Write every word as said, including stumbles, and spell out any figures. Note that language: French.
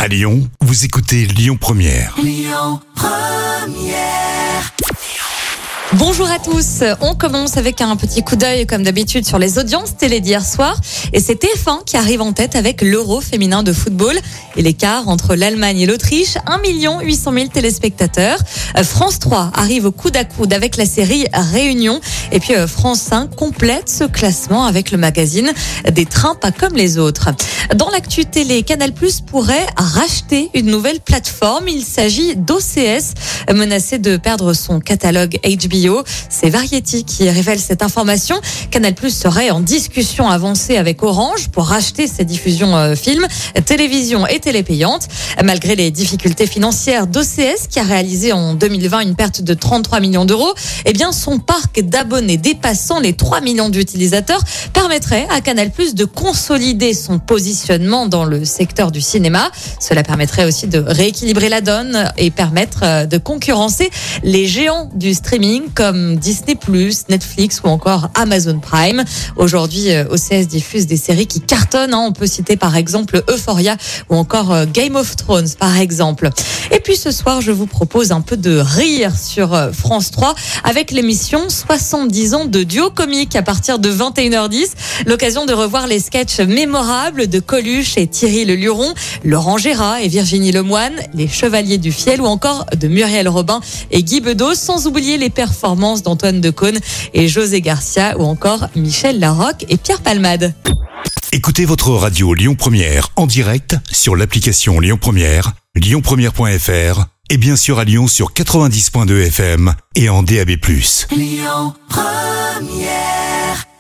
À Lyon, vous écoutez Lyon Première. Lyon Première. Bonjour à tous, on commence avec un petit coup d'œil comme d'habitude sur les audiences télé d'hier soir et c'est T F un qui arrive en tête avec l'Euro féminin de football et l'écart entre l'Allemagne et l'Autriche, un million huit cent mille téléspectateurs. France trois arrive au coude à coude avec la série Réunion et puis France cinq complète ce classement avec le magazine Des trains pas comme les autres. Dans l'actu télé, Canal+ pourrait racheter une nouvelle plateforme, il s'agit d'O C S menacé de perdre son catalogue H B O. C'est Variety qui révèle cette information. Canal+ serait en discussion avancée avec Orange pour racheter ses diffusions euh, films, télévision et télé payantes. Malgré les difficultés financières d'O C S qui a réalisé en deux mille vingt une perte de trente-trois millions d'euros, eh bien son parc d'abonnés dépassant les trois millions d'utilisateurs permettrait à Canal+ de consolider son positionnement dans le secteur du cinéma. Cela permettrait aussi de rééquilibrer la donne et permettre de concurrencer les géants du streaming comme Disney+, Netflix ou encore Amazon Prime. Aujourd'hui, O C S diffuse des séries qui cartonnent. On peut citer par exemple Euphoria ou encore Game of Thrones par exemple. Et puis ce soir, je vous propose un peu de rire sur France trois avec l'émission soixante-dix ans de duo comique à partir de vingt et une heures dix. L'occasion de revoir les sketchs mémorables de Coluche et Thierry Le Luron, Laurent Gérard et Virginie Lemoine, les Chevaliers du Fiel ou encore de Muriel Robin et Guy Bedos, sans oublier les performances d'Antoine Decaune et José Garcia ou encore Michel Larocque et Pierre Palmade. Écoutez votre radio Lyon Première en direct sur l'application Lyon Première, lyon première point f r et bien sûr à Lyon sur quatre-vingt-dix point deux F M et en D A B plus. Lyon Première.